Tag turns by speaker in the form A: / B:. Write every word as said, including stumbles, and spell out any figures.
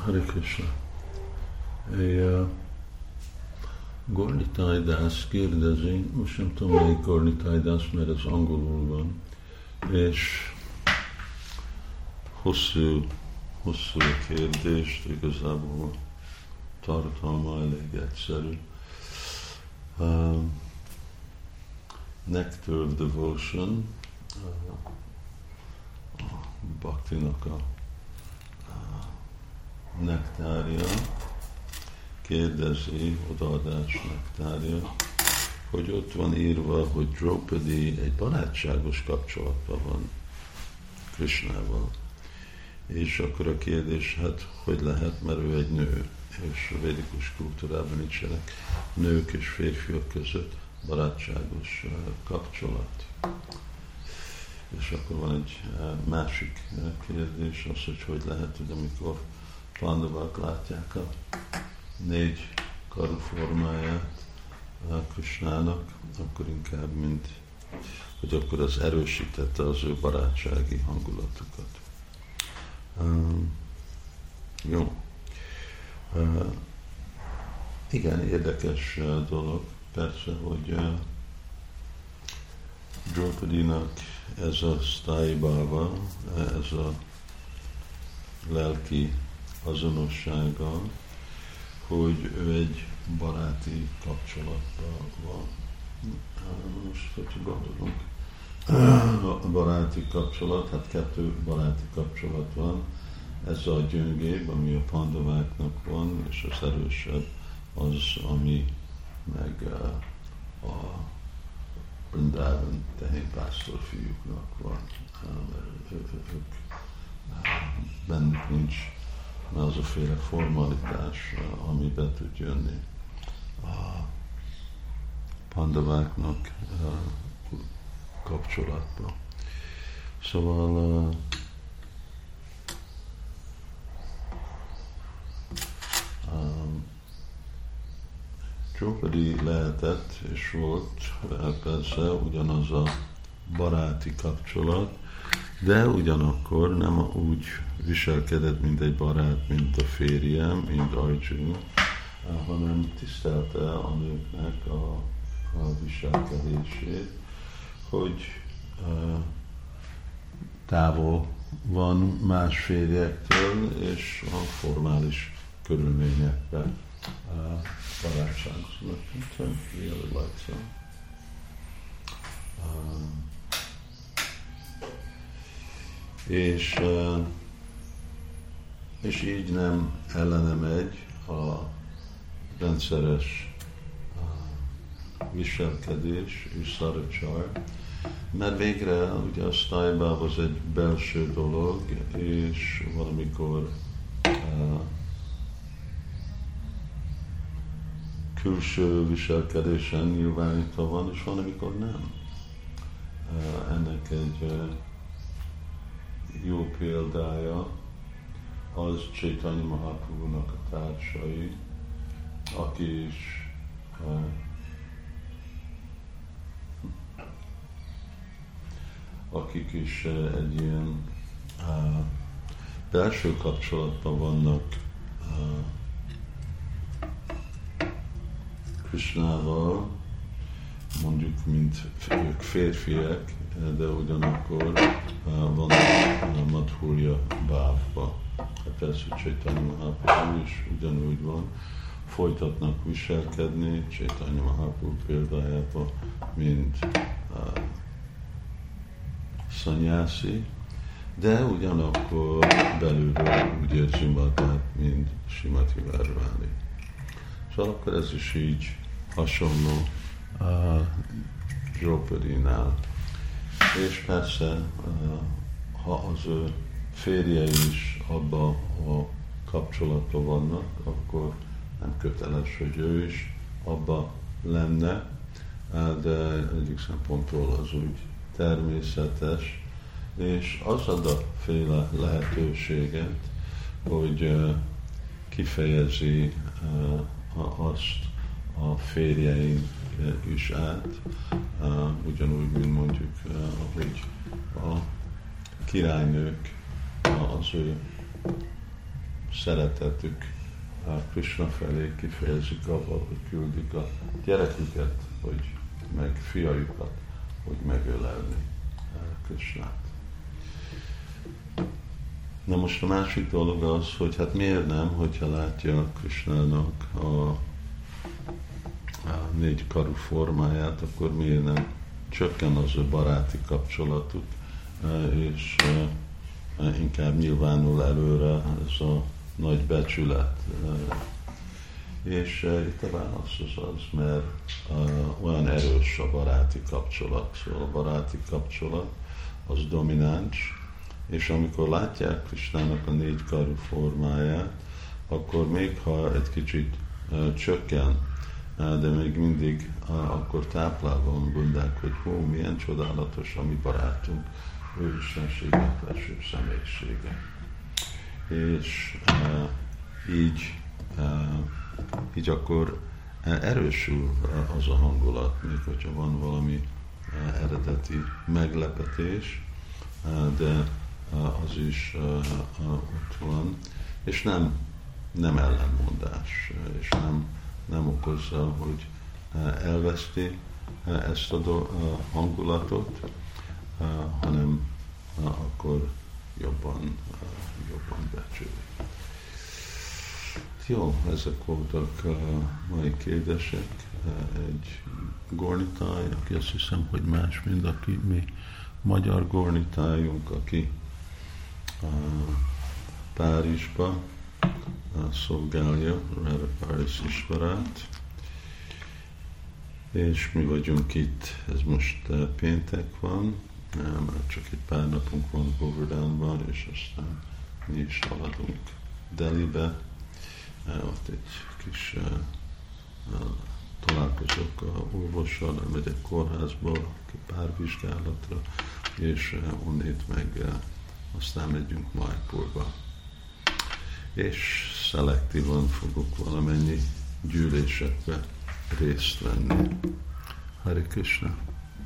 A: Hare Krishna. Uh, Gornitai Das kérdezi, most nem tudom melyik Gornitai Das, mert ez angolul van, és hosszú, hosszú kérdést, igazából tartalma elég egyszerű. Uh, Nectar Devotion, uh, a Bhaktinak a nektárja, kérdezi, odaadás nektárja, hogy ott van írva, hogy Draupadi egy barátságos kapcsolatban van Krishnával. És akkor a kérdés, hát hogy lehet, mert ő egy nő, és a védikus kultúrában nincsenek nők és férfiak között barátságos kapcsolat. És akkor van egy másik kérdés, az, hogy hogy lehet, hogy amikor Pandavák látják a négy karú formáját Krishnának, akkor inkább, mint hogy akkor az erősítette az ő barátsági hangulatukat. Um, jó. Uh, igen, érdekes uh, dolog, persze, hogy uh, Draupadinak ez a sztájbáva, ez a lelki azonossága, hogy ő egy baráti kapcsolatban van. Most, hogy gondolunk, a baráti kapcsolat, hát kettő baráti kapcsolat van. Ez a gyöngébb, ami a pandaváknak van, és az erősebb az, ami meg a, a Brindában tehénpásztor fiúknak van. Ők, bennük nincs az a féle formalitás, ami be tud jönni a pandaváknak kapcsolatba. Szóval uh, um, Draupadi lehetett és volt persze ugyanaz a baráti kapcsolat, de ugyanakkor nem úgy viselkedett, mint egy barát, mint a férjem, mint Arjuna, hanem tisztelte a nőknek a, a viselkedését, hogy uh, távol van más férjektől, és a formális körülményekben uh, barátságosnak. És, és így nem ellene megy a rendszeres viselkedés és szaracsar, mert végre ugye a sztájbáv az egy belső dolog, és valamikor uh, külső viselkedésen nyilvánítva van, és van, amikor nem. Uh, ennek egy uh, jó példája az Chaitanya Mahaprabhunak a társai, aki is uh, akik is uh, egy ilyen uh, belső kapcsolatban vannak uh, Krishnával, mondjuk, mint ők férfiak, de ugyanakkor uh, vannak uh, Madhurya bávba. Hát persze Chaitanya Mahaprabhu is ugyanúgy van, folytatnak viselkedni Chaitanya Mahaprabhu példájában, mint uh, szanyászi, de ugyanakkor belülről úgy érzi magát, mint Srimati Radharani. Szóval akkor ez is így hasonló uh, Draupadinál. És persze, uh, ha az ő férjei is abba a kapcsolatban vannak, akkor nem köteles, hogy ő is abba lenne, de egyik szempontból az úgy természetes, és az ad a féle lehetőséget, hogy kifejezi azt a férjein is át, ugyanúgy, mint mondjuk, hogy a királynők az ő szeretetük Krishna felé kifejezik avval, hogy küldik a gyereküket, hogy meg fiaiukat, hogy megölelni Krishnát. Na most a másik dolog az, hogy hát miért nem, hogyha látja Krishnának a, a négy karú formáját, akkor miért nem csökken az a baráti kapcsolatuk, és inkább nyilvánul előre ez a nagy becsület. És itt a válasz az az, mert olyan erős a baráti kapcsolat. Szóval a baráti kapcsolat az domináns, és amikor látják Krishnának a négy karú formáját, akkor még ha egy kicsit csökken, de még mindig akkor táplálva mondják, hogy hú, milyen csodálatos a mi barátunk, ő istenséget leső személyisége. És uh, így, uh, így akkor erősül az a hangulat, még hogyha van valami uh, eredeti meglepetés, uh, de uh, az is uh, uh, ott van, és nem, nem ellenmondás, és nem, nem okozza, hogy uh, elveszti uh, ezt a do, uh, hangulatot, uh, hanem uh, akkor jobban, uh, jobban becsüli. Jó, ezek voltak a mai kérdések. Egy gornitáj, aki azt hiszem, hogy más, mint aki mi magyar gornitájunk, aki Párizsba szolgálja Radha Parisisvarát, és mi vagyunk itt, ez most péntek van, már csak egy pár napunk van Govardhanban, és aztán mi is haladunk Delhibe. Ott egy kis uh, uh, találkozok a orvossal, megyek kórházba, pár vizsgálatra, és uh, onnét meg uh, aztán megyünk Májpurba. És szelektívan fogok valamennyi gyűlésekbe részt venni. Hare Krishna!